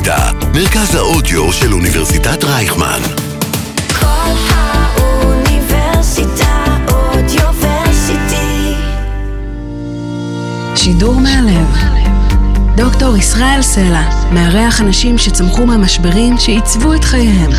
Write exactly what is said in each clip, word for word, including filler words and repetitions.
האוניברסיטה, מרכז האודיו של אוניברסיטת רייכמן. כל האוניברסיטה אודיוורסיטי. שידור מהלב. דוקטור ישראל סלע מארח אנשים שצמחו מהמשברים שעיצבו את חייהם.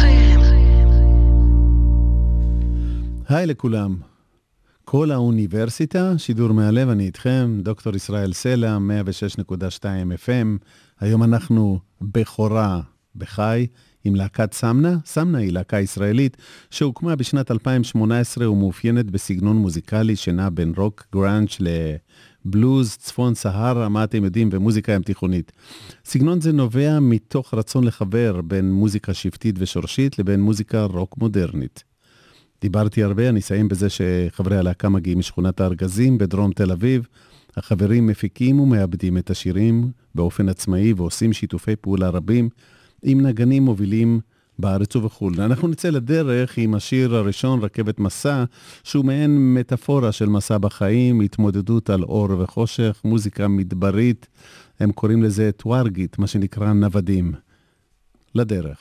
היי לכולם. כל האוניברסיטה, שידור מהלב, אני איתכם, דוקטור ישראל סלע, מאה ושש נקודה שתיים אף אם. היום אנחנו בחורה בחי עם להקת סמנה. סמנה היא להקה ישראלית שהוקמה בשנת אלפיים שמונה עשרה ומאופיינת בסגנון מוזיקלי שנע בין רוק גראנץ' לבלוז, צפון סהרה, מה אתם יודעים, ומוזיקה ים תיכונית. סגנון זה נובע מתוך רצון לחבר בין מוזיקה שבטית ושורשית לבין מוזיקה רוק מודרנית. דיברתי הרבה, אני אסיים בזה שחברי הלהקה מגיעים משכונת הארגזים בדרום תל אביב. החברים מפיקים ומאבדים את השירים באופן עצמאי ועושים שיתופי פעולה רבים עם נגנים מובילים בארץ ובחו"ל. אנחנו נצא לדרך עם השיר הראשון, רכבת מסע, שהוא מעין מטאפורה של מסע בחיים, התמודדות על אור וחושך, מוזיקה מדברית, הם קוראים לזה טוארגית, מה שנקרא נוודים. לדרך.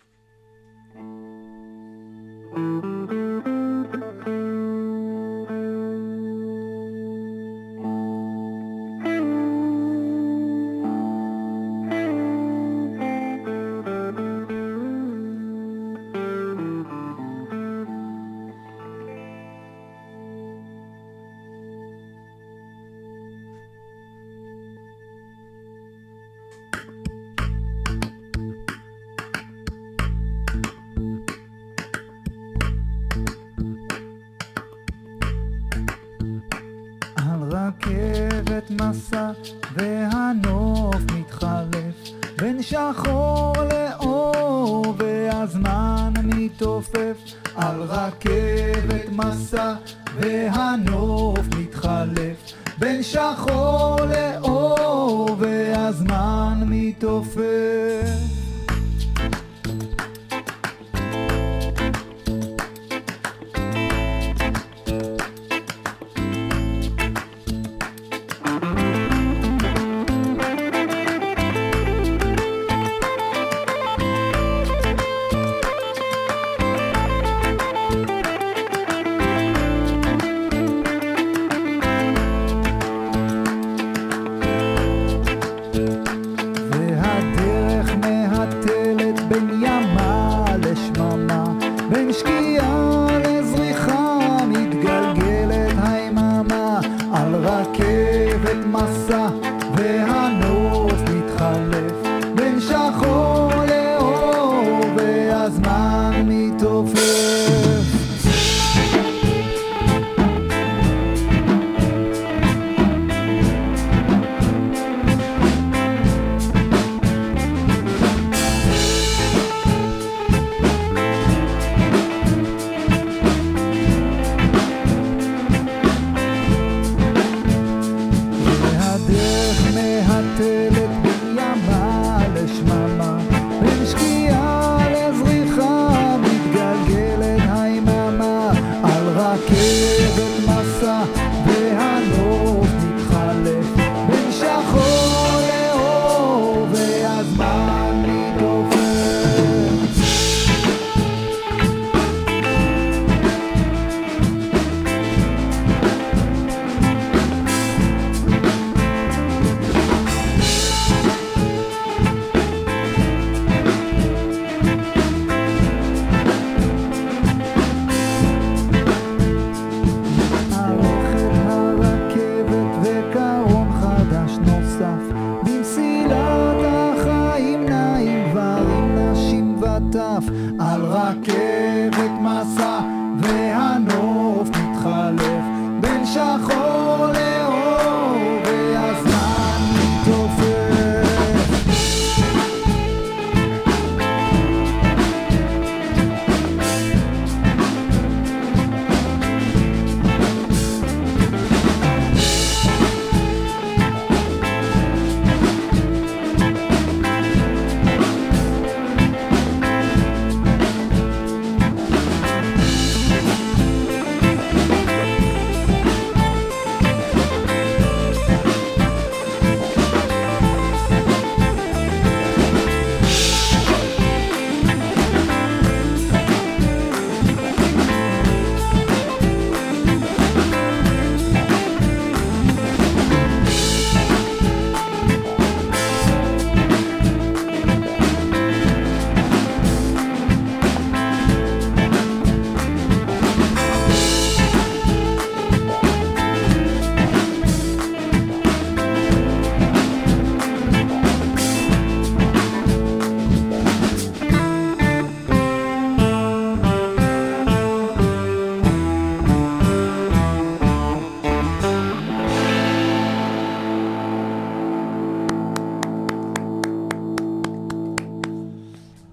רכבת מסע והנוף מתחלף בין שחור לאור והזמן מתעופף. על רכבת מסע והנוף מתחלף בין שחור לאור והזמן מתעופף.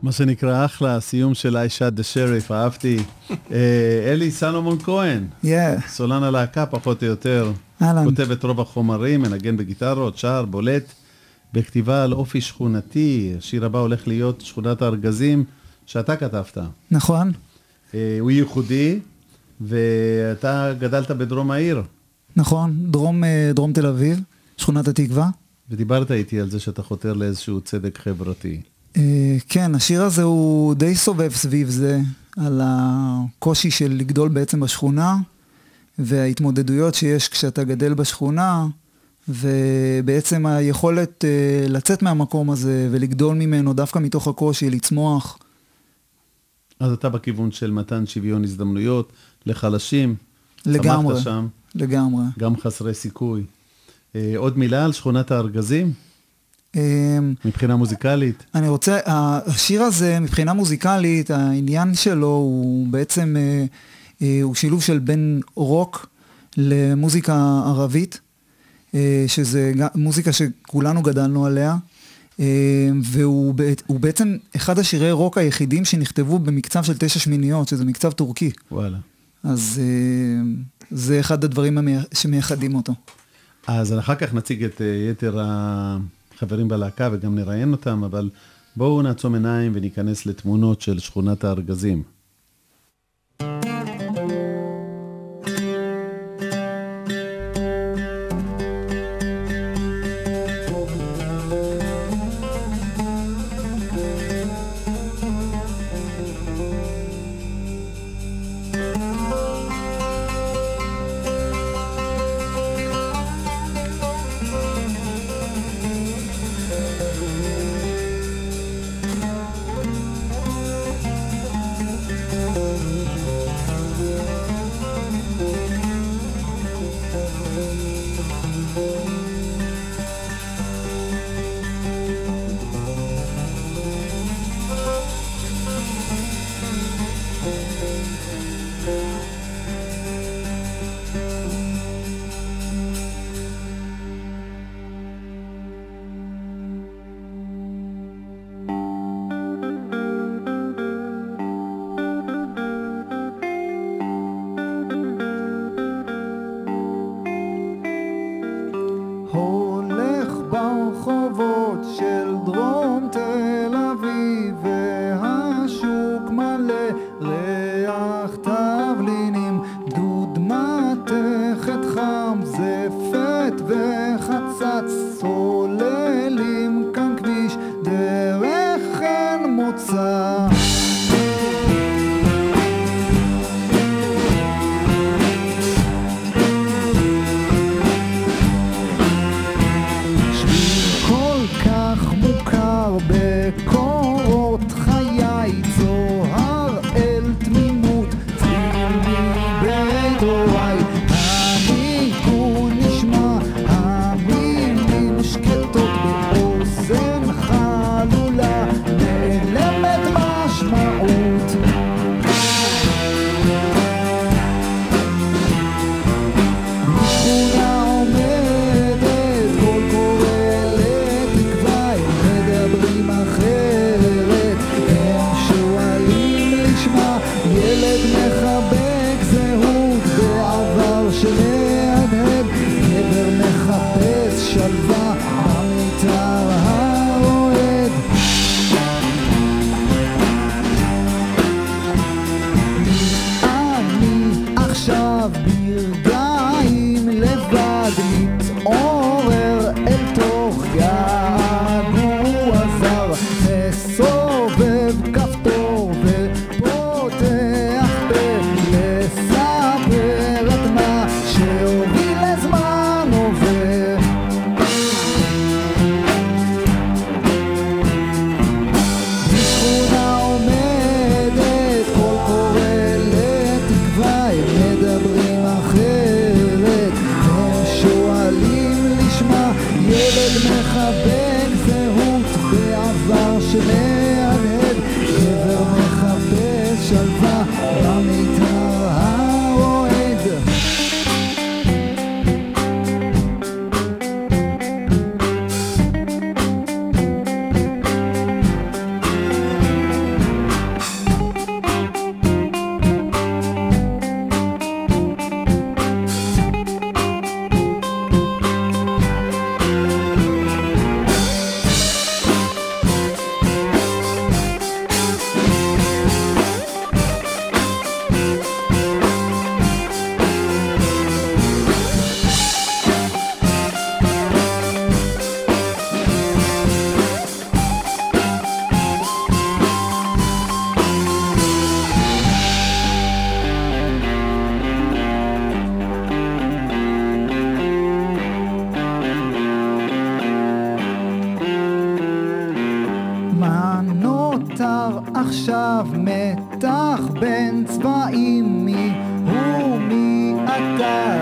מה שנקרא אחלה, הסיום של I Shot the Sheriff, אהבתי. אה, אלי סלומון כהן, Yeah. סולן הלהקה פחות או יותר. אהלן. כותב את רוב החומרים, מנגן בגיטרות, שר, בולט, בכתיבה על אופי שכונתי. השיר הבא הולך להיות שכונת הארגזים, שאתה כתבת. נכון, אה, הוא ייחודי, ואתה גדלת בדרום העיר, נכון, דרום, אה, דרום תל אביב, שכונת התקווה. ודיברת איתי על זה שאתה חותר לאיזשהו צדק חברתי. אה, כן, השיר הזה הוא די סובב סביב זה, על הקושי של לגדול בעצם בשכונה, וההתמודדויות שיש כשאתה גדל בשכונה, ובעצם היכולת אה, לצאת מהמקום הזה ולגדול ממנו דווקא מתוך הקושי, לצמוח. אז אתה בכיוון של מתן שוויון הזדמנויות לחלשים. לגמרי, צמחת שם, לגמרי. גם חסרי סיכוי. אה, עוד מילה על שכונת הארגזים, אה, מבחינה מוזיקלית. אני רוצה, השיר הזה מבחינה מוזיקלית, העניין שלו הוא בעצם, אה, אה, הוא שילוב של בין רוק למוזיקה ערבית, אה, שזה גם- מוזיקה שכולנו גדלנו עליה, אה, והוא בעת- הוא בעצם אחד השירי רוק היחידים שנכתבו במקצב של תשע שמיניות, שזה מקצב טורקי. וואלה. אז אה, זה אחד הדברים המי- שמייחדים אותו. אז אחר כך נציג את אה, יתר החברים בלהקה וגם נראיין אותם, אבל בואו נעצום עיניים וניכנס לתמונות של שכונת הארגזים.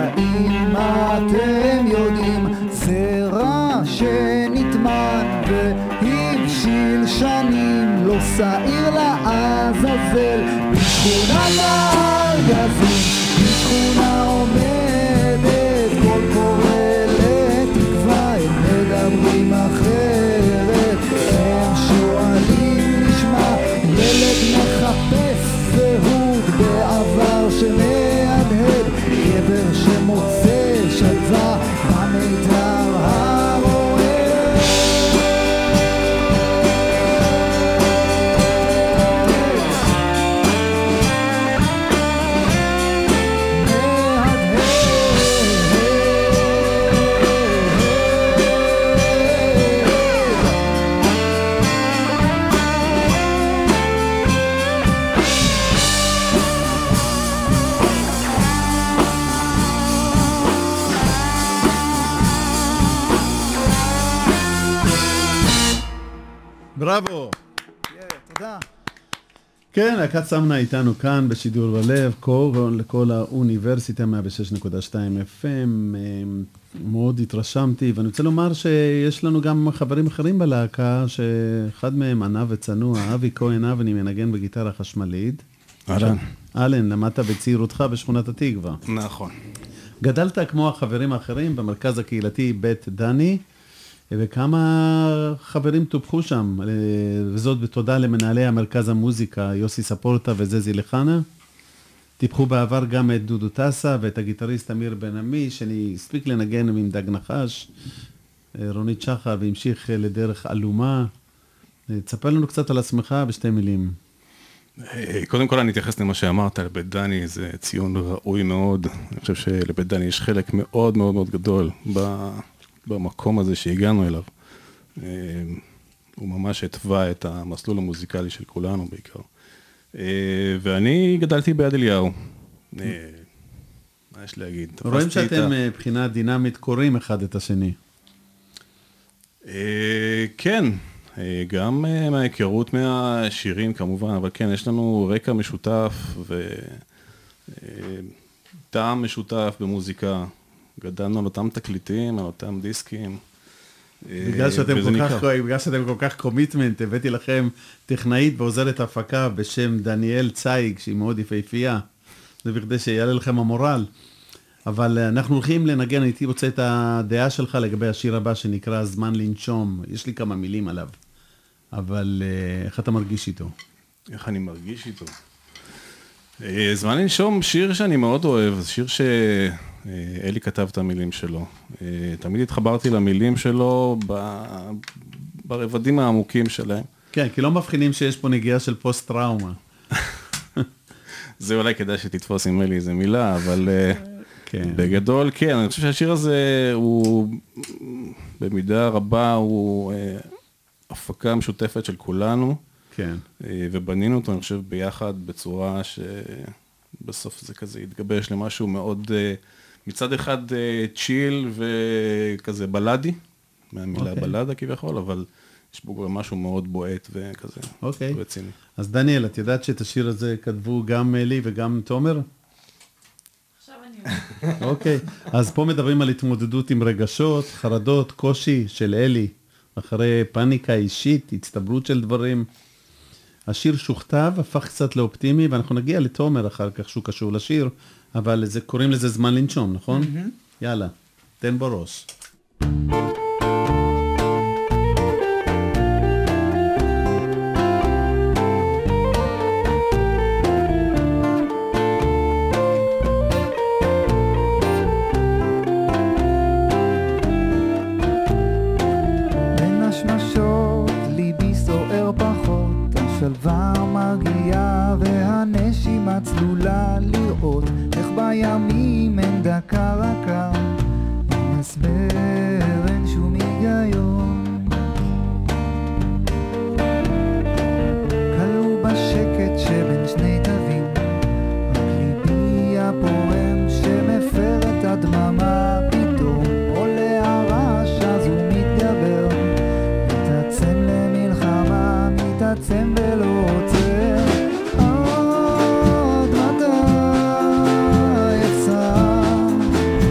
האם אתם יודעים, זרע שנטמן והבשיל שנים, לא שעיר לעזאזל, בשכונת הארגזים, בשכונה עומדת, כל קורא לתקווה, הם מדברים אחרת, הם שואלים נשמע, ילד מחפש זהות בעבר שמהדהד, גבר שמוצא שלווה במיתר הרועד. בראבו. תודה. כן, להקת סמנה איתנו כאן בשידור בלב, כל, לכל האוניברסיטה מאה ושש נקודה שתיים אף אם. מאוד התרשמתי, ואני רוצה לומר שיש לנו גם חברים אחרים בלהקה, שאחד מהם ענב וצנוע, אבי כהן אבני מנגן בגיטרה חשמלית. אהלן. אלן, למדת בצעירותך בשכונת התקווה. נכון. גדלת כמו החברים האחרים במרכז הקהילתי בית דני, וכמה חברים טופחו שם, וזאת בתודה למנהלי המרכז המוזיקה, יוסי ספורטה וזזי לחנה. טיפחו בעבר גם את דודו טסה ואת הגיטריסט אמיר בן עמי, שאני הספיק לנגן עם דג נחש, רונית שחר, והמשיך לדרך אלומה. תספר לנו קצת על עצמך בשתי מילים. קודם כל אני אתייחס למה שאמרת על בית דני, זה ציון ראוי מאוד. אני חושב שלבית דני יש חלק מאוד מאוד מאוד גדול במקום הזה שהגענו אליו. הוא ממש התווה את המסלול המוזיקלי של כולנו בעיקר. ואני גדלתי ביד אליהו. מה יש להגיד? רואים שאתם מבחינה דינמית קוראים אחד את השני. כן, גם מההיכרות מהשירים כמובן, אבל כן, יש לנו רקע משותף וטעם משותף במוזיקה. גדלנו על אותם תקליטים, על אותם דיסקים. בגלל שאתם כל כך, בגלל שאתם כל כך קומיטמנט, הבאתי לכם טכנאית ועוזרת הפקה בשם דניאל צייג, שהיא מאוד יפהפייה. זה בכדי שיעלה לכם המורל. אבל אנחנו הולכים לנגן, הייתי רוצה את הדעה שלך לגבי השיר הבא שנקרא זמן לנשום. יש לי כמה מילים עליו. אבל איך אתה מרגיש איתו? איך אני מרגיש איתו? זמן לנשום, שיר שאני מאוד אוהב, זה שיר שאלי כתב את המילים שלו. תמיד התחברתי למילים שלו ברבדים העמוקים שלהם. כן, כי לא מבחינים שיש פה נגיעה של פוסט-טראומה. זה אולי כדאי שתתפוס עם אלי איזה מילה, אבל בגדול כן, אני חושב שהשיר הזה הוא במידה רבה, הוא הפקה משותפת של כולנו. כן. ובנינו אותו, אני חושב, ביחד בצורה שבסוף זה כזה יתגבש למשהו מאוד, מצד אחד צ'יל וכזה בלדי, מהמילה okay. בלדה כביכול, אבל יש בו גם משהו מאוד בועט וכזה okay. רציני. אז דניאל, את יודעת שאת השיר הזה כתבו גם לי וגם תומר? עכשיו אני יודעת. אוקיי, אז פה מדברים על התמודדות עם רגשות, חרדות, קושי של אלי, אחרי פאניקה אישית, הצטברות של דברים. השיר שוכתב, הפך קצת לאופטימי, ואנחנו נגיע לתומר אחר כך שהוא קשור לשיר, אבל זה, קוראים לזה זמן לנשום, נכון? Mm-hmm. יאללה, תן בראש. בין השמשות ליבי סוער פחות, השלווה מרגיעה והנשימה צלולה, לראות איך בימים אין דקה רכה, אין הסבר, אין שום היגיון. כלוא בשקט שבין שני תווים, רק ליבי הפורם שמפר את הדממה, פתאום עולה הרעש אז הוא מתגבר, מתעצם למלחמה, מתעצם ולא עוצר. עד מתי אפשר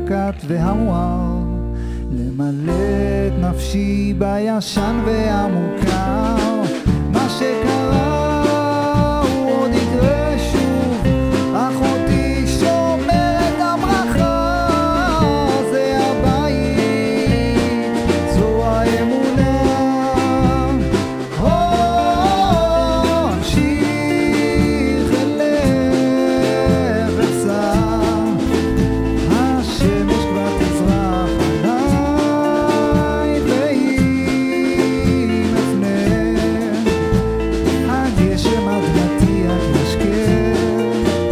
הקט והמואר, למלא את נפשי בישן והמוכר. מה שקרה הוא עוד יקרה שוב, אחותי שומרת הברכה, זה הבית, זו האמונה. או, המשיך אלך וסע, השמש כבר תזרח עליי והיא מפנה, הגשם אדמתי עד ישקר,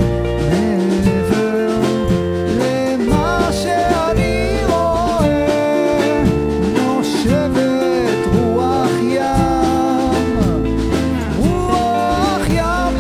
מעבר למה שאני רואה, נושבת רוח ים, רוח ים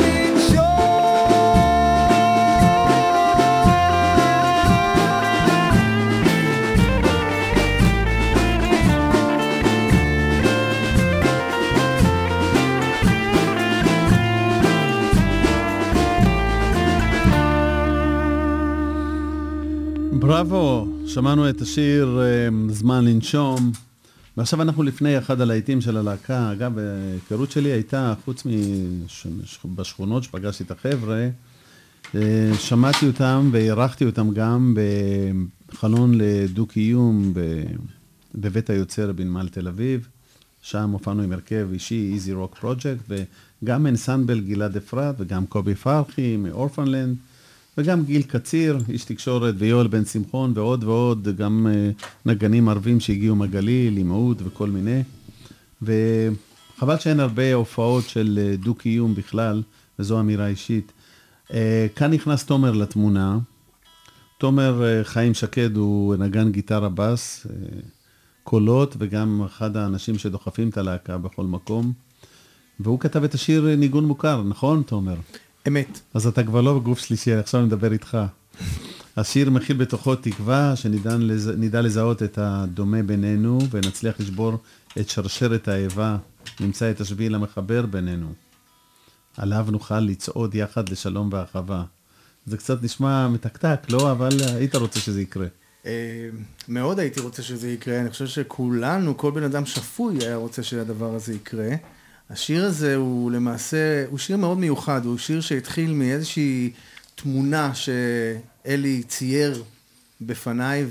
בראבו, שמענו את השיר אה, זמן לנשום, ועכשיו אנחנו לפני אחד הלהיטים של הלהקה. אגב, ההיכרות שלי הייתה, חוץ מבשכונות שפגשתי את החבר'ה, אה, שמעתי אותם והערכתי אותם גם בחלון לדו-קיום ב- בבית היוצר בנמל תל אביב. שם הופענו עם הרכב אישי, Easy Rock Project, וגם אנסמבל גלעד אפרת, וגם קובי פרחי מאורפנלנד, וגם גיל קציר, איש תקשורת, ויואל בן שמחון, ועוד ועוד, גם uh, נגנים ערבים שהגיעו מהגליל, אימהות וכל מיני. וחבל שאין הרבה הופעות של uh, דו-קיום בכלל, וזו אמירה אישית. Uh, כאן נכנס תומר לתמונה. תומר uh, חיים שקד הוא נגן גיטרה בס, uh, קולות, וגם אחד האנשים שדוחפים את הלהקה בכל מקום. והוא כתב את השיר ניגון מוכר, נכון תומר? אמת. אז אתה כבר לא בגוף שלישי, עכשיו נדבר איתך. השיר מכיל בתוכו תקווה שנדע לז... לזהות את הדומה בינינו, ונצליח לשבור את שרשרת האיבה, נמצא את השביל המחבר בינינו. עליו נוכל לצעוד יחד לשלום ואחווה. זה קצת נשמע מתקתק, לא? אבל היית רוצה שזה יקרה. מאוד הייתי רוצה שזה יקרה. אני חושב שכולנו, כל בן אדם שפוי היה רוצה שהדבר הזה יקרה. השיר הזה הוא למעשה, הוא שיר מאוד מיוחד, הוא שיר שהתחיל מאיזושהי תמונה שאלי צייר בפניי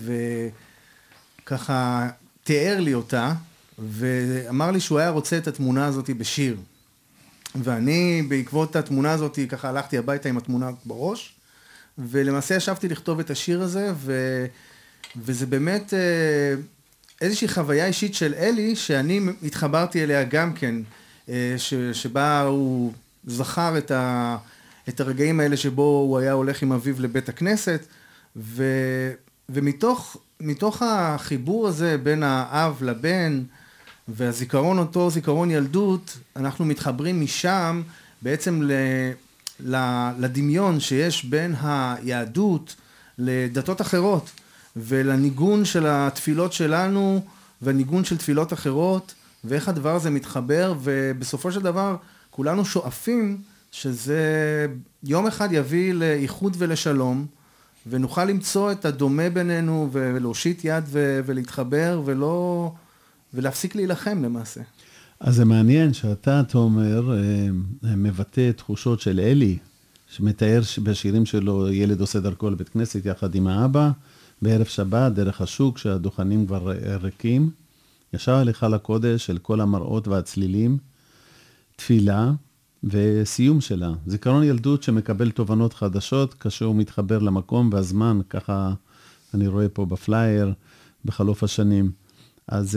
וככה תיאר לי אותה, ואמר לי שהוא היה רוצה את התמונה הזאת בשיר. ואני בעקבות התמונה הזאת ככה הלכתי הביתה עם התמונה בראש, ולמעשה ישבתי לכתוב את השיר הזה, ו... וזה באמת איזושהי חוויה אישית של אלי, שאני התחברתי אליה גם כן, ש... שבה הוא זכר את, ה... את הרגעים האלה שבו הוא היה הולך עם אביו לבית הכנסת, ו... ומתוך מתוך החיבור הזה בין האב לבן, והזיכרון אותו זיכרון ילדות, אנחנו מתחברים משם בעצם ל... לדמיון שיש בין היהדות לדתות אחרות, ולניגון של התפילות שלנו, והניגון של תפילות אחרות, ואיך הדבר הזה מתחבר, ובסופו של דבר כולנו שואפים שזה יום אחד יביא לאיחוד ולשלום, ונוכל למצוא את הדומה בינינו, ולהושיט יד ולהתחבר, ולא, ולהפסיק להילחם למעשה. אז זה מעניין שאתה, תומר, מבטא תחושות של אלי, שמתאר בשירים שלו ילד עושה דרכו לבית כנסת יחד עם האבא, בערב שבת, דרך השוק, שהדוכנים כבר ריקים, ישר הליכה לקודש של כל המראות והצלילים, תפילה וסיום שלה. זיכרון ילדות שמקבל תובנות חדשות, כאשר הוא מתחבר למקום והזמן, ככה אני רואה פה בפלייר, בחלוף השנים. אז...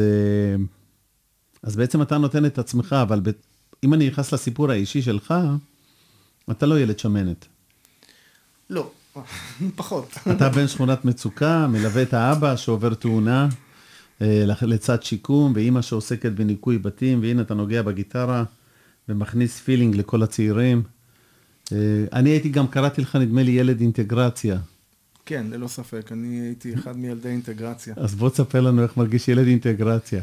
אז בעצם אתה נותן את עצמך, אבל ב... אם אני נכנס לסיפור האישי שלך, אתה לא ילד שמנת. לא, פחות. אתה בן שכונת מצוקה, מלווה את האבא שעובר תאונה, לצד שיקום, ואמא שעוסקת בניקוי בתים, והנה אתה נוגע בגיטרה, ומכניס פילינג לכל הצעירים. אני הייתי גם, קראתי לך נדמה לי ילד אינטגרציה. כן, ללא ספק, אני הייתי אחד מילדי אינטגרציה. אז בוא תספר לנו איך מרגיש ילד אינטגרציה.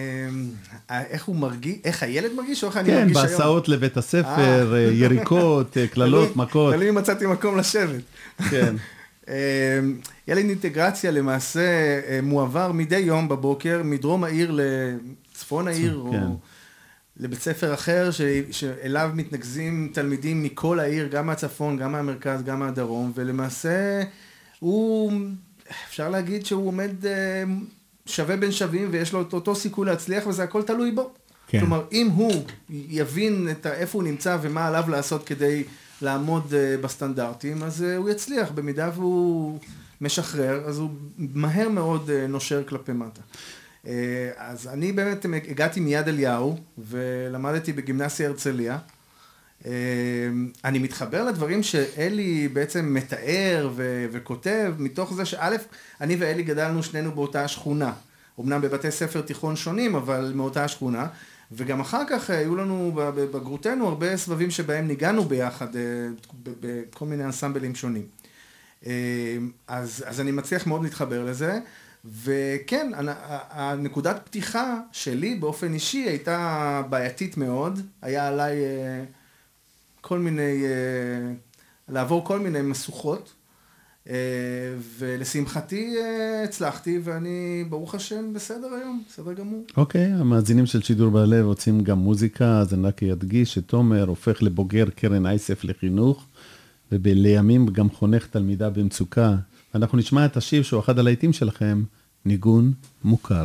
איך הוא מרגיש, איך הילד מרגיש או איך אני מרגיש היום? כן, בהסעות לבית הספר, יריקות, כללות, מכות. תלוי אם מצאתי מקום לשבת. כן. ילד אינטגרציה למעשה מועבר מדי יום בבוקר מדרום העיר לצפון העיר או לבית ספר אחר שאליו מתנקזים תלמידים מכל העיר, גם מהצפון, גם מהמרכז, גם מהדרום, ולמעשה הוא, אפשר להגיד שהוא עומד שווה בין שווים ויש לו אותו סיכוי להצליח וזה הכל תלוי בו. כן. כלומר, אם הוא יבין את איפה הוא נמצא ומה עליו לעשות כדי לעמוד בסטנדרטים, אז הוא יצליח. במידה והוא משחרר, אז הוא מהר מאוד נושר כלפי מטה. אז אני באמת הגעתי מיד אליהו, ולמדתי בגימנסיה הרצליה. אני מתחבר לדברים שאלי בעצם מתאר ו- וכותב, מתוך זה שא', אני ואלי גדלנו שנינו באותה שכונה. אמנם בבתי ספר תיכון שונים, אבל מאותה שכונה. וגם אחר כך היו לנו בגרותנו הרבה סבבים שבהם ניגענו ביחד בכל מיני אנסמבלים שונים. אז, אז אני מצליח מאוד להתחבר לזה, וכן, הנקודת פתיחה שלי באופן אישי הייתה בעייתית מאוד, היה עליי כל מיני, לעבור כל מיני מסוכות, ולשמחתי הצלחתי, ואני ברוך השם בסדר היום, בסדר גמור. אוקיי, המאזינים של שידור בלב רוצים גם מוזיקה, אז אני רק אדגיש שתומר הופך לבוגר קרן אייסף לחינוך, ולימים גם חונך תלמידה במצוקה. אנחנו נשמע את השיר שהוא אחד הלהיטים שלכם, ניגון מוכר.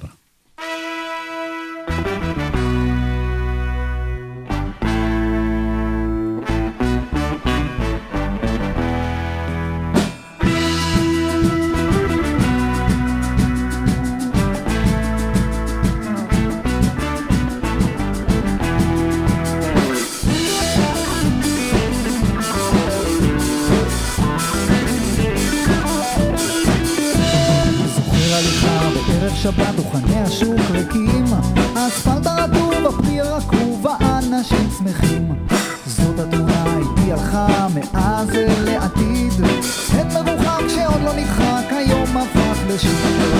שבת דוכני השוק ריקים, האספלט הרטוב, הפרי הרקוב, האנשים שמחים. זאת התמונה איתי הלכה מאז לעתיד, את מרוחק שעוד לא נדחק, היום הפך לשיר.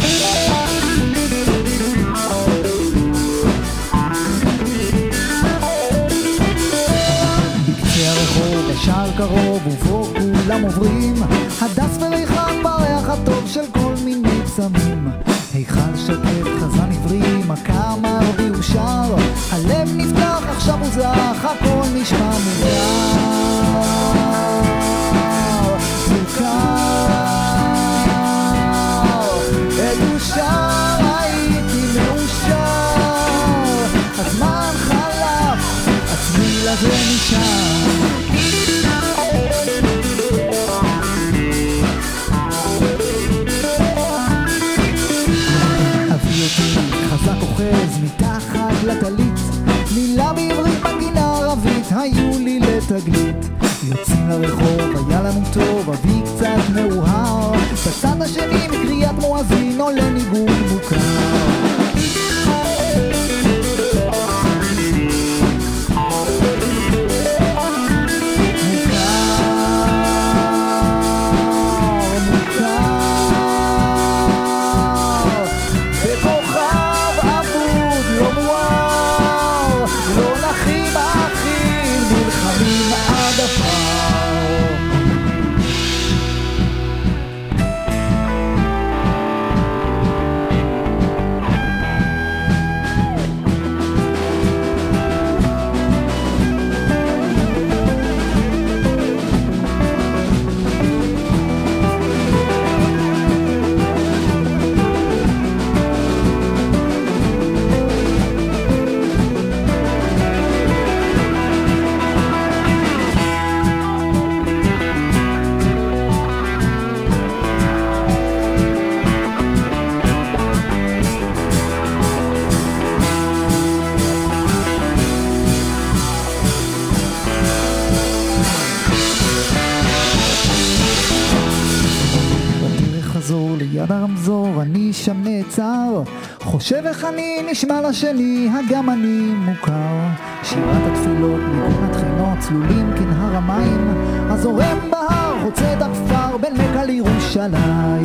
בקצה הרחוב, השער קרוב, ובו כולם עוברים, הדס וריחן בריח הטוב של כל מיני צמים. היכל שקט, חזן עברי, מכה מרבי ושר, הלב נפתח, עכשיו הוא זך, הכל נשמע מוכר, מוכר. אדושר, הייתי מאושר, הזמן חלף, הצליל הזה נשאר. חזק אוחז מתחת לטלית, מילה בעברית מנגינה ערבית היו לי לתגלית. יוצאים לרחוב, היה לנו טוב, אבי קצת מאוהר, בצד השני מקריאת מואזין עולה ניגון מוכר. ליד הרמזור אני שם נעצר, חושב איך אני נשמע לשני, הגם אני מוכר. שירת התפילות, ניגון התחינות, צלולים כנהר המים, הזורם בהר, חוצה את הכפר בין מכה לירושלים.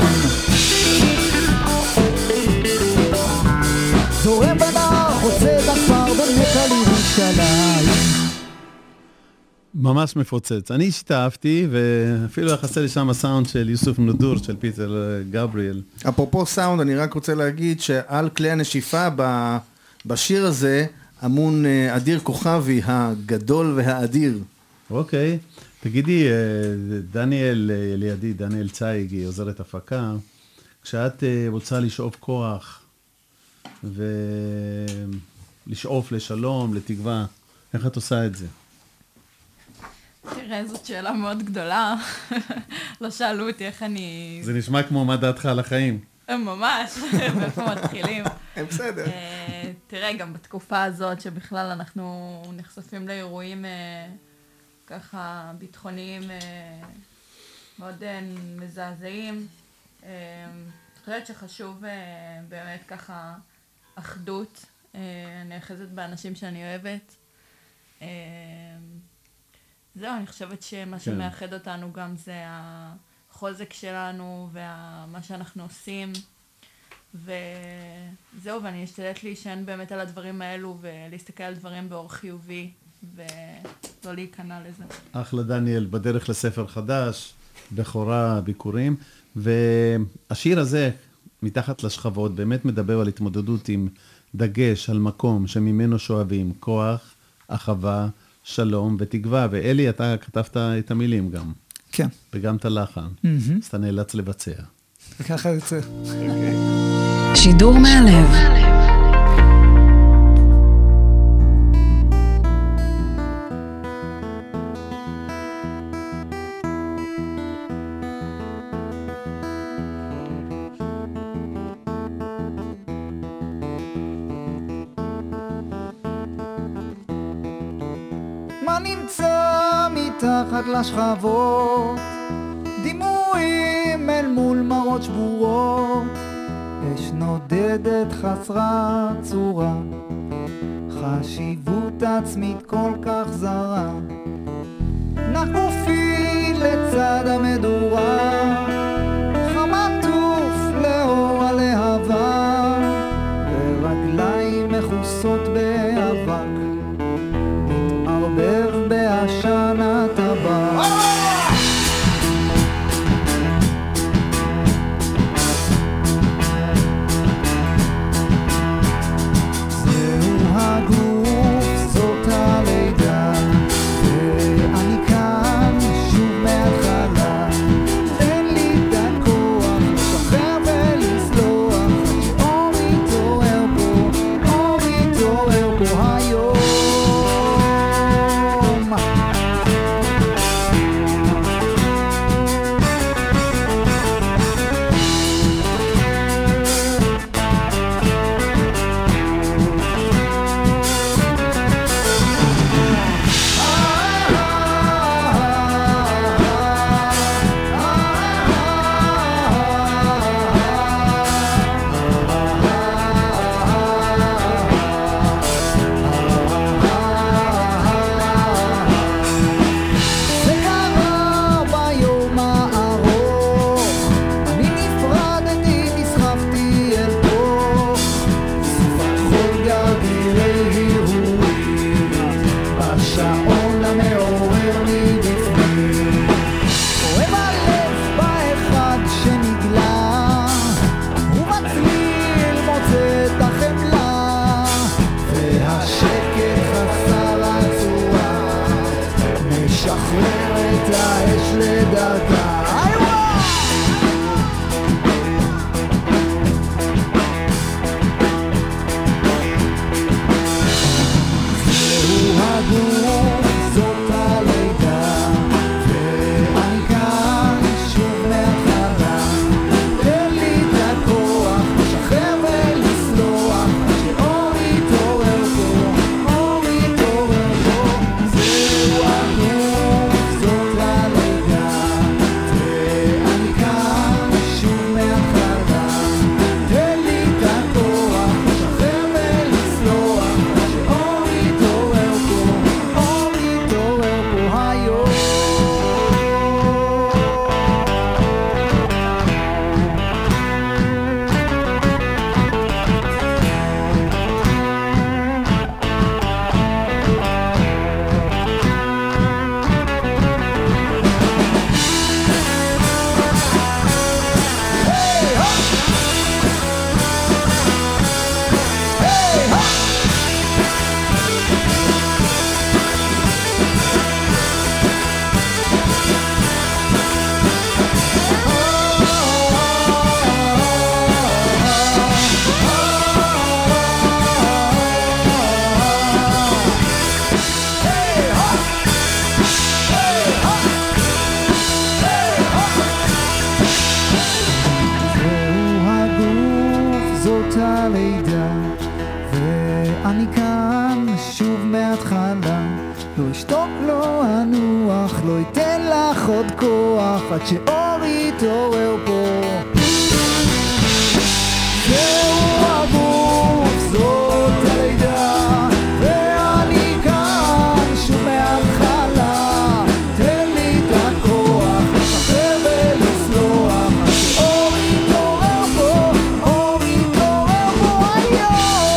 זורם בנהר, חוצה את הכפר בין מכה לירושלים. ממש מפוצץ. אני השתאפתי, ואפילו חסר לי שם הסאונד של יוסוף נודור, של פיטר גבריאל. אפרופו סאונד, אני רק רוצה להגיד שעל כלי הנשיפה בשיר הזה, אמון אדיר כוכבי, הגדול והאדיר. אוקיי. תגידי, דניאל לידי, דניאל צייג, היא עוזרת הפקה, כשאת רוצה לשאוף כוח ולשאוף לשלום, לתקווה, איך את עושה את זה? תראה, זאת שאלה מאוד גדולה. לא שאלו אותי איך אני... זה נשמע כמו מה דעתך על החיים. ממש, ואיפה מתחילים. הם בסדר. תראה, גם בתקופה הזאת שבכלל אנחנו נחשפים לאירועים ככה ביטחוניים מאוד מזעזעים. אני חושבת שחשוב באמת ככה אחדות. אני אחזת באנשים שאני אוהבת. זהו, אני חושבת שמה שמאחד אותנו גם זה החוזק שלנו ומה שאנחנו עושים. וזהו, ואני אשתדלת להישען באמת על הדברים האלו ולהסתכל על דברים באור חיובי ולא להיכנע לזה. אחלה דניאל, בדרך לספר חדש, בכורה, ביקורים, והשיר הזה, מתחת לשכבות, באמת מדבר על התמודדות עם דגש על מקום שממנו שואבים כוח, אחווה, שלום ותקווה, ואלי, אתה כתבת את המילים גם. כן. וגם את הלחן. אז אתה נאלץ לבצע. וככה יוצא. שידור מהלב. מה נמצא מתחת לשכבות? דימויים אל מול מראות שבורות, אש נודדת חסרת צורה, חשיבות עצמית כל כך זרה, נח גופי לצד המדורה, חמטוף לאור הלהבה, ורגליים מכוסות באבק, מתערבב בעשן הטבק. Oh הלידה, ואני כאן שוב מההתחלה, לא אשתוק, לא אנוח, לא אתן לך עוד כוח עד שאור יתעורר פה. זהו הגוף, זאת הלידה, ואני כאן שוב מההתחלה, תן לי את הכוח לשחרר ולסלוח עד שאור יתעורר פה, אור יתעורר פה היום.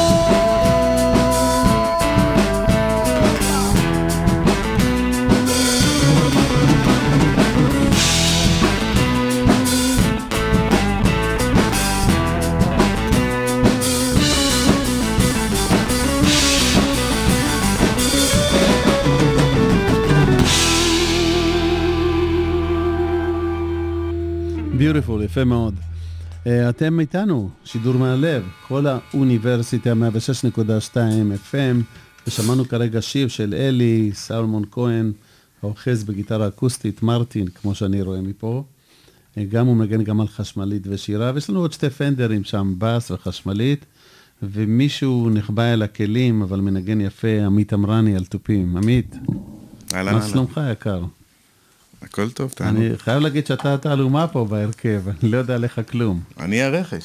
ביוטיפול, יפה מאוד. Uh, אתם איתנו, שידור מהלב, כל האוניברסיטה מאה ושש נקודה שתיים אף אם, ושמענו כרגע שיר של אלי, סלמון כהן, האוחז בגיטרה אקוסטית, מרטין, כמו שאני רואה מפה. Uh, גם הוא מגן גם על חשמלית ושירה, ויש לנו עוד שתי פנדרים שם, בס וחשמלית, ומישהו נחבא אל הכלים, אבל מנגן יפה, עמית אמרני על תופים. עמית, מה שלומך יקר? הכל טוב, תענו. אני חייב להגיד שאתה תעלומה פה בהרכב, אני לא יודע עליך כלום. אני הרכש.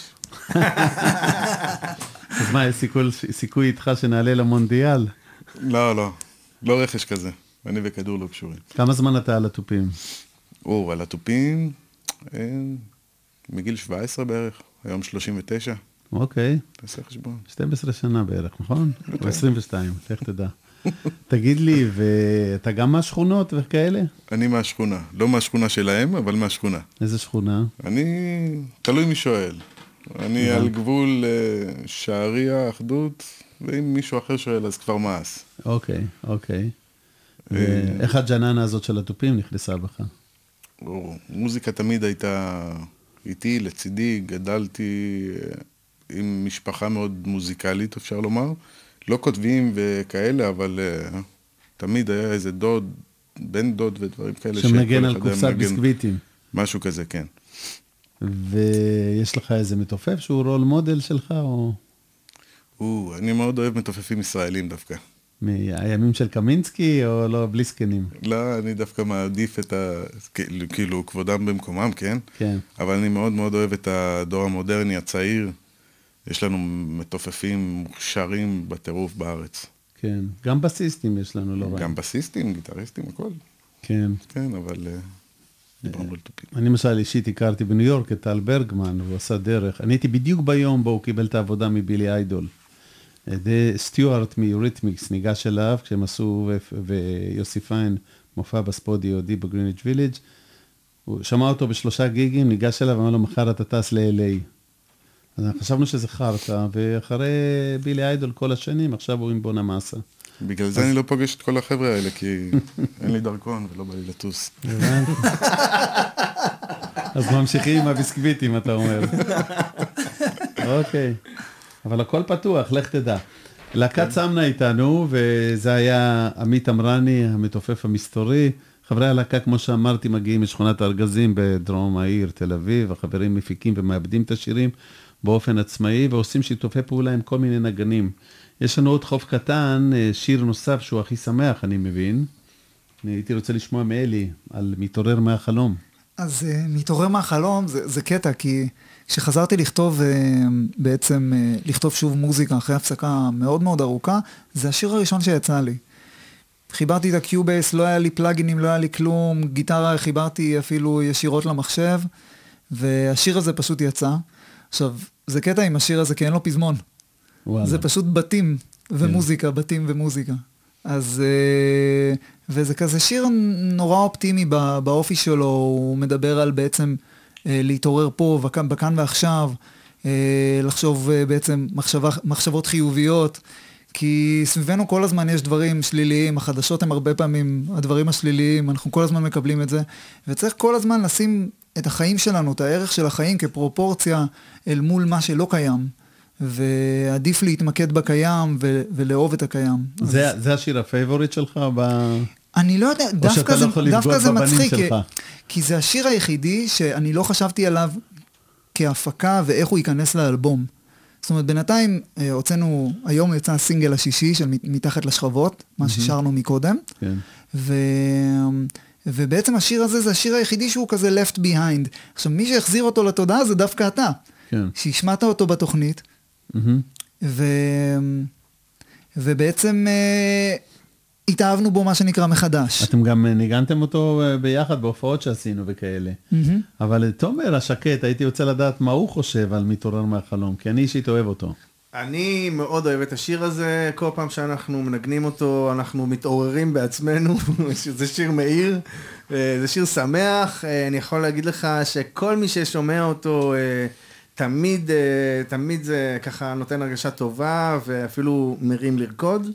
אז מה, יש סיכוי, סיכוי איתך שנעלה למונדיאל? לא, לא, לא רכש כזה. אני וכדור לא קשורים. כמה זמן אתה על הטופים? או, על הטופים, אה, מגיל שבע עשרה בערך, היום שלושים ותשע. אוקיי. תעשה חשבון. שתים עשרה שנה בערך, נכון? או עשרים ושתיים, איך תדע. תגיד לי, ואתה גם מהשכונות וכאלה? אני מהשכונה. לא מהשכונה שלהם, אבל מהשכונה. איזה שכונה? אני, תלוי מי שואל. אני על גבול שעריה, אחדות, ואם מישהו אחר שואל, אז כבר מעש. אוקיי, אוקיי. ואיך הג'ננה הזאת של הטופים נכנסה בך? מוזיקה תמיד הייתה איתי, לצידי, גדלתי עם משפחה מאוד מוזיקלית, אפשר לומר. לא כותבים וכאלה, אבל uh, תמיד היה איזה דוד, בן דוד ודברים כאלה. שמנגן על קופסת ביסקוויטים. משהו כזה, כן. ויש לך איזה מתופף שהוא רול מודל שלך, או? או, אני מאוד אוהב מתופפים ישראלים דווקא. מהימים של קמינסקי, או לא, בלי סקנים? לא, אני דווקא מעדיף את ה... כאילו, כבודם במקומם, כן? כן. אבל אני מאוד מאוד אוהב את הדור המודרני, הצעיר. יש לנו מתופפים מוכשרים בטירוף בארץ. כן, גם בסיסטים יש לנו, לא רע. גם בסיסטים, גיטריסטים, הכל. כן. כן, אבל דיברנו על טופים. אני למשל אישית הכרתי בניו יורק את טל ברגמן, הוא עשה דרך. אני הייתי בדיוק ביום בו הוא קיבל את העבודה מבילי איידול. סטיוארט מיוריתמיקס ניגש אליו, כשהם עשו, ויוסי פיין מופע בספודי אודי בגריניץ' וילג'. הוא שמע אותו בשלושה גיגים, ניגש אליו, אמר לו, מחר אתה טס ל-אל איי. אז חשבנו שזה חרטה, ואחרי בילי איידול כל השנים, עכשיו הוא עם בונה מסה. בגלל זה אני לא פוגש את כל החבר'ה האלה, כי אין לי דרכון ולא בא לי לטוס. אז ממשיכים עם הביסקוויטים, אתה אומר. אוקיי. אבל הכל פתוח, לך תדע. להקת סמנה איתנו, וזה היה עמית אמרני, המתופף המסתורי. חברי הלהקה, כמו שאמרתי, מגיעים משכונת הארגזים בדרום העיר, תל אביב. החברים מפיקים ומאבדים את השירים באופן עצמאי, ועושים שיתופי פעולה עם כל מיני נגנים. יש לנו עוד חוף קטן, שיר נוסף שהוא הכי שמח, אני מבין. אני הייתי רוצה לשמוע מאלי על מתעורר מהחלום. אז מתעורר מהחלום זה, זה קטע, כי כשחזרתי לכתוב, בעצם לכתוב שוב מוזיקה אחרי הפסקה מאוד מאוד ארוכה, זה השיר הראשון שיצא לי. חיברתי את הקיובייס, לא היה לי פלאגינים, לא היה לי כלום, גיטרה חיברתי אפילו ישירות למחשב, והשיר הזה פשוט יצא. עכשיו, זה קטע עם השיר הזה, כי אין לו פזמון. וואלה. זה פשוט בתים ומוזיקה, כן. בתים ומוזיקה. אז, וזה כזה שיר נורא אופטימי באופי שלו, הוא מדבר על בעצם להתעורר פה, בכאן, בכאן ועכשיו, לחשוב בעצם מחשבה, מחשבות חיוביות, כי סביבנו כל הזמן יש דברים שליליים, החדשות הם הרבה פעמים הדברים השליליים, אנחנו כל הזמן מקבלים את זה, וצריך כל הזמן לשים את החיים שלנו, את הערך של החיים כפרופורציה אל מול מה שלא קיים, ועדיף להתמקד בקיים ו- ולאהוב את הקיים. זה, אז... זה השיר הפייבוריט שלך? ב... אני לא יודע, דווקא זה, לא דווקא זה מצחיק, כי, כי זה השיר היחידי שאני לא חשבתי עליו כהפקה ואיך הוא ייכנס לאלבום. זאת אומרת, בינתיים הוצאנו, היום יצא הסינגל השישי של מתחת לשכבות, מה ששרנו מקודם. כן. ו... ובעצם השיר הזה זה השיר היחידי שהוא כזה left behind. עכשיו, מי שהחזיר אותו לתודעה זה דווקא אתה. כן. שהשמעת אותו בתוכנית. ו... ובעצם התאהבנו בו מה שנקרא מחדש. אתם גם ניגנתם אותו ביחד בהופעות שעשינו וכאלה. אבל תומר השקט, הייתי רוצה לדעת מה הוא חושב על מתעורר מהחלום, כי אני אישית אוהב אותו. אני מאוד אוהב את השיר הזה, כל פעם שאנחנו מנגנים אותו, אנחנו מתעוררים בעצמנו, זה שיר מאיר, זה שיר שמח, אני יכול להגיד לך שכל מי ששומע אותו, תמיד, תמיד זה ככה נותן הרגשה טובה, ואפילו מרים לרקוד.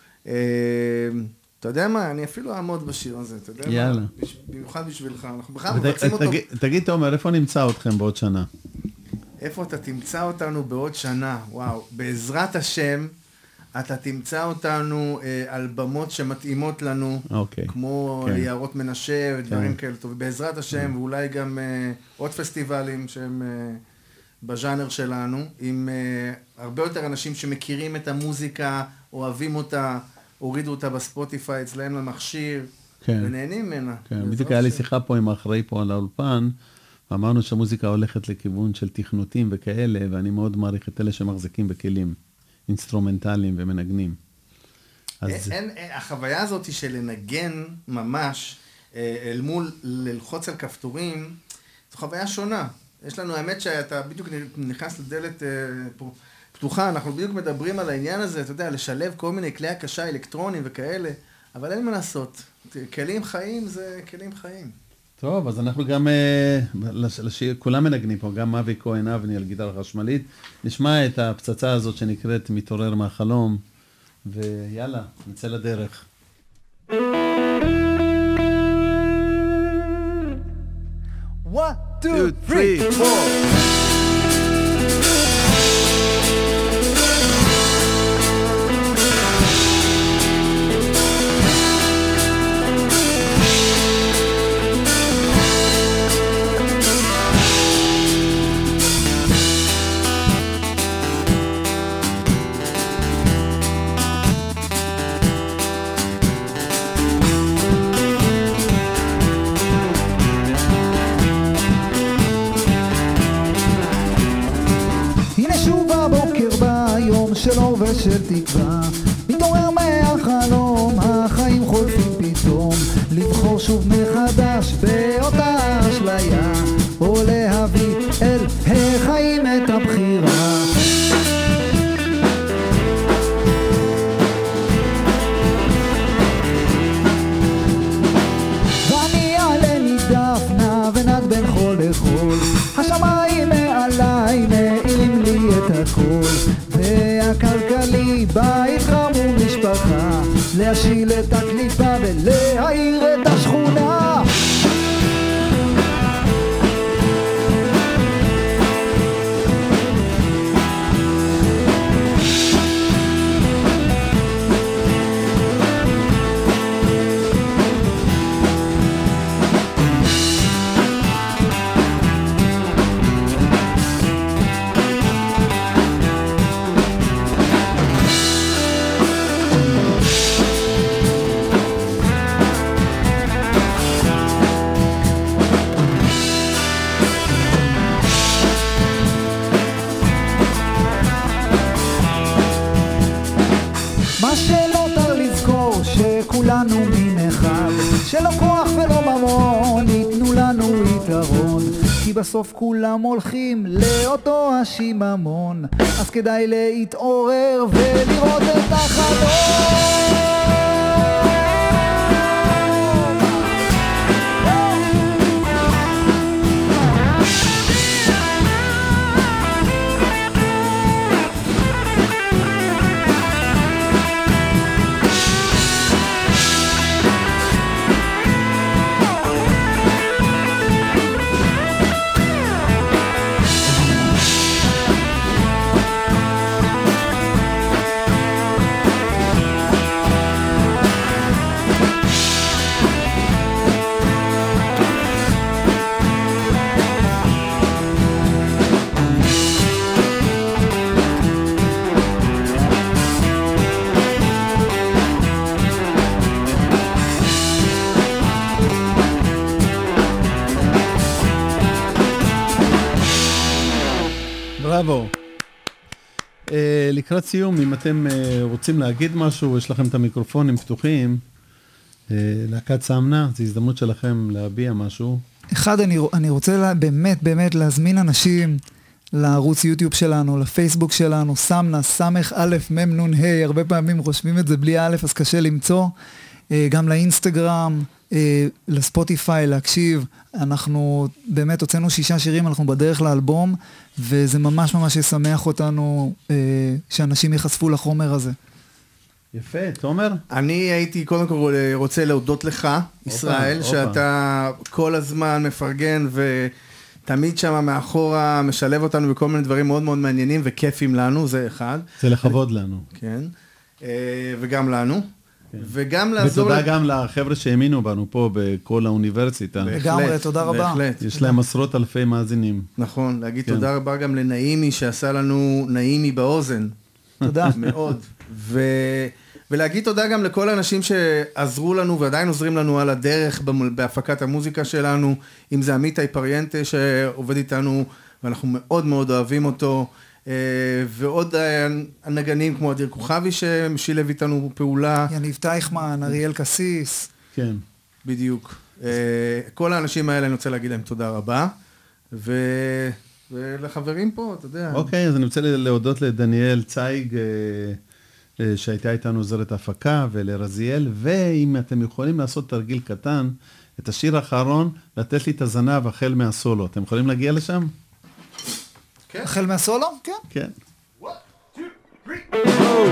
אתה יודע מה, אני אפילו אעמוד בשיר הזה, אתה יודע יאללה. מה? במיוחד בשבילך, אנחנו בכלל מבצעים אותו. תגיד תומר, איפה נמצא אתכם בעוד שנה? איפה אתה תמצא אותנו בעוד שנה? וואו, בעזרת השם, אתה תמצא אותנו על במות שמתאימות לנו, אוקיי. כמו כן. יערות מנשה ודברים כן. כאלה טובים. בעזרת השם, ואולי גם עוד פסטיבלים שהם בז'אנר שלנו, עם הרבה יותר אנשים שמכירים את המוזיקה, אוהבים אותה, הורידו אותה בספוטיפיי אצלנו למכשיר, כן. ונהנים ממנה. כן, בדיוק היה לי שיחה פה עם האחראי פה על האולפן, אמרנו שהמוזיקה הולכת לכיוון של תכנותים וכאלה, ואני מאוד מעריך את אלה שמחזיקים בכלים אינסטרומנטליים ומנגנים. אז... אין, אין, החוויה הזאת של לנגן ממש, אל מול ללחוץ על כפתורים, זו חוויה שונה. יש לנו, האמת שאתה בדיוק נכנס לדלת פתוחה, אנחנו בדיוק מדברים על העניין הזה, אתה יודע, לשלב כל מיני כלי הקשה אלקטרונים וכאלה, אבל אין מה לעשות. כלים חיים זה כלים חיים. טוב, אז אנחנו גם, לשיר, כולם מנגנים פה, גם אבי כהן אבני על גיטרה חשמלית, נשמע את הפצצה הזאת שנקראת מתעורר מהחלום, ויאללה, נצא לדרך. One, two, three, four. של אור ושל תקווה, מתעורר מהחלום, החיים חולפים פתאום, לבחור שוב מחדש באותה אשליה, או להביא אל החיים את הבחירה. ואני עלה מדפנה ונד בין חול לחול, השמיים מעליי מאירים לי את הכל, והכלכלי בית חמור משפחה, להשיל את הקליפה ולהעיר את השכונה. כולנו מין אחד, שלא כוח ולא ממון ייתנו לנו יתרון, כי בסוף כולם הולכים לאותו השיממון, אז כדאי להתעורר ולראות את החלום. בראבו. Uh, לקראת סיום, אם אתם uh, רוצים להגיד משהו, יש לכם את המיקרופונים פתוחים, uh, להקת סמנה, זו הזדמנות שלכם להביע משהו. אחד, אני, אני רוצה לה, באמת, באמת להזמין אנשים לערוץ יוטיוב שלנו, לפייסבוק שלנו, סמנה, סמך א' מם נון ה', הרבה פעמים רושמים את זה בלי א', אז קשה למצוא, uh, גם לאינסטגרם, uh, לספוטיפיי, להקשיב, אנחנו באמת הוצאנו שישה שירים, אנחנו בדרך לאלבום, וזה ממש ממש ישמח אותנו uh, שאנשים יחשפו לחומר הזה. יפה, תומר? אני הייתי קודם כל רוצה להודות לך, ישראל, אופה, שאתה אופה. כל הזמן מפרגן ותמיד שם מאחורה משלב אותנו בכל מיני דברים מאוד מאוד מעניינים וכיפים לנו, זה אחד. זה לכבוד לנו. כן, וגם לנו. וגם לעזור... ותודה גם לחבר'ה שהאמינו בנו פה בכל האוניברסיטה. לגמרי, תודה רבה. בהחלט. יש להם עשרות אלפי מאזינים. נכון, להגיד תודה רבה גם לנעימי שעשה לנו נעימי באוזן. תודה. מאוד. ו... ולהגיד תודה גם לכל האנשים שעזרו לנו ועדיין עוזרים לנו על הדרך בהפקת המוזיקה שלנו, אם זה עמיתי פריינטה שעובד איתנו ואנחנו מאוד מאוד אוהבים אותו, ועוד הנגנים כמו אדיר כוכבי שמשילב איתנו פעולה. יניב טייכמן, אריאל קסיס. כן. בדיוק. כל האנשים האלה אני רוצה להגיד להם תודה רבה, ו... ולחברים פה, אתה יודע. אוקיי, אז אני רוצה להודות לדניאל צייג, שהייתה איתנו עוזרת הפקה, ולרזיאל, ואם אתם יכולים לעשות תרגיל קטן, את השיר האחרון, לתת לי את הזנב החל מהסולו. אתם יכולים להגיע לשם? כן. החל מהסולו? כן. כן. one, two, three,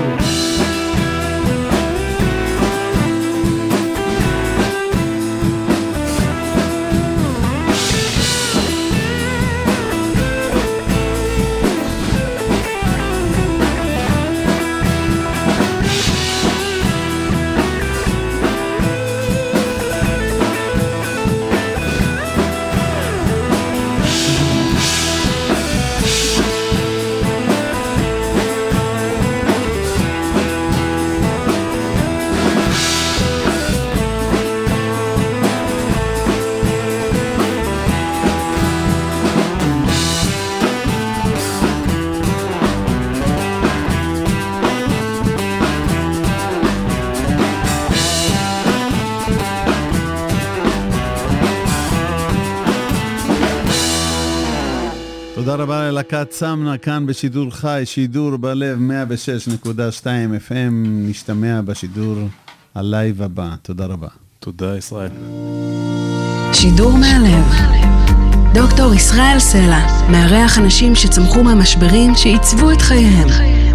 תודה רבה ללהקת סמנה כאן בשידור חי, שידור בלב מאה ושש נקודה שתיים אף אם, נשתמע בשידור הלייב הבא. תודה רבה. תודה ישראל. שידור מהלב. דוקטור ישראל סלע, מארח אנשים שצמחו מהמשברים שעיצבו את חייהם.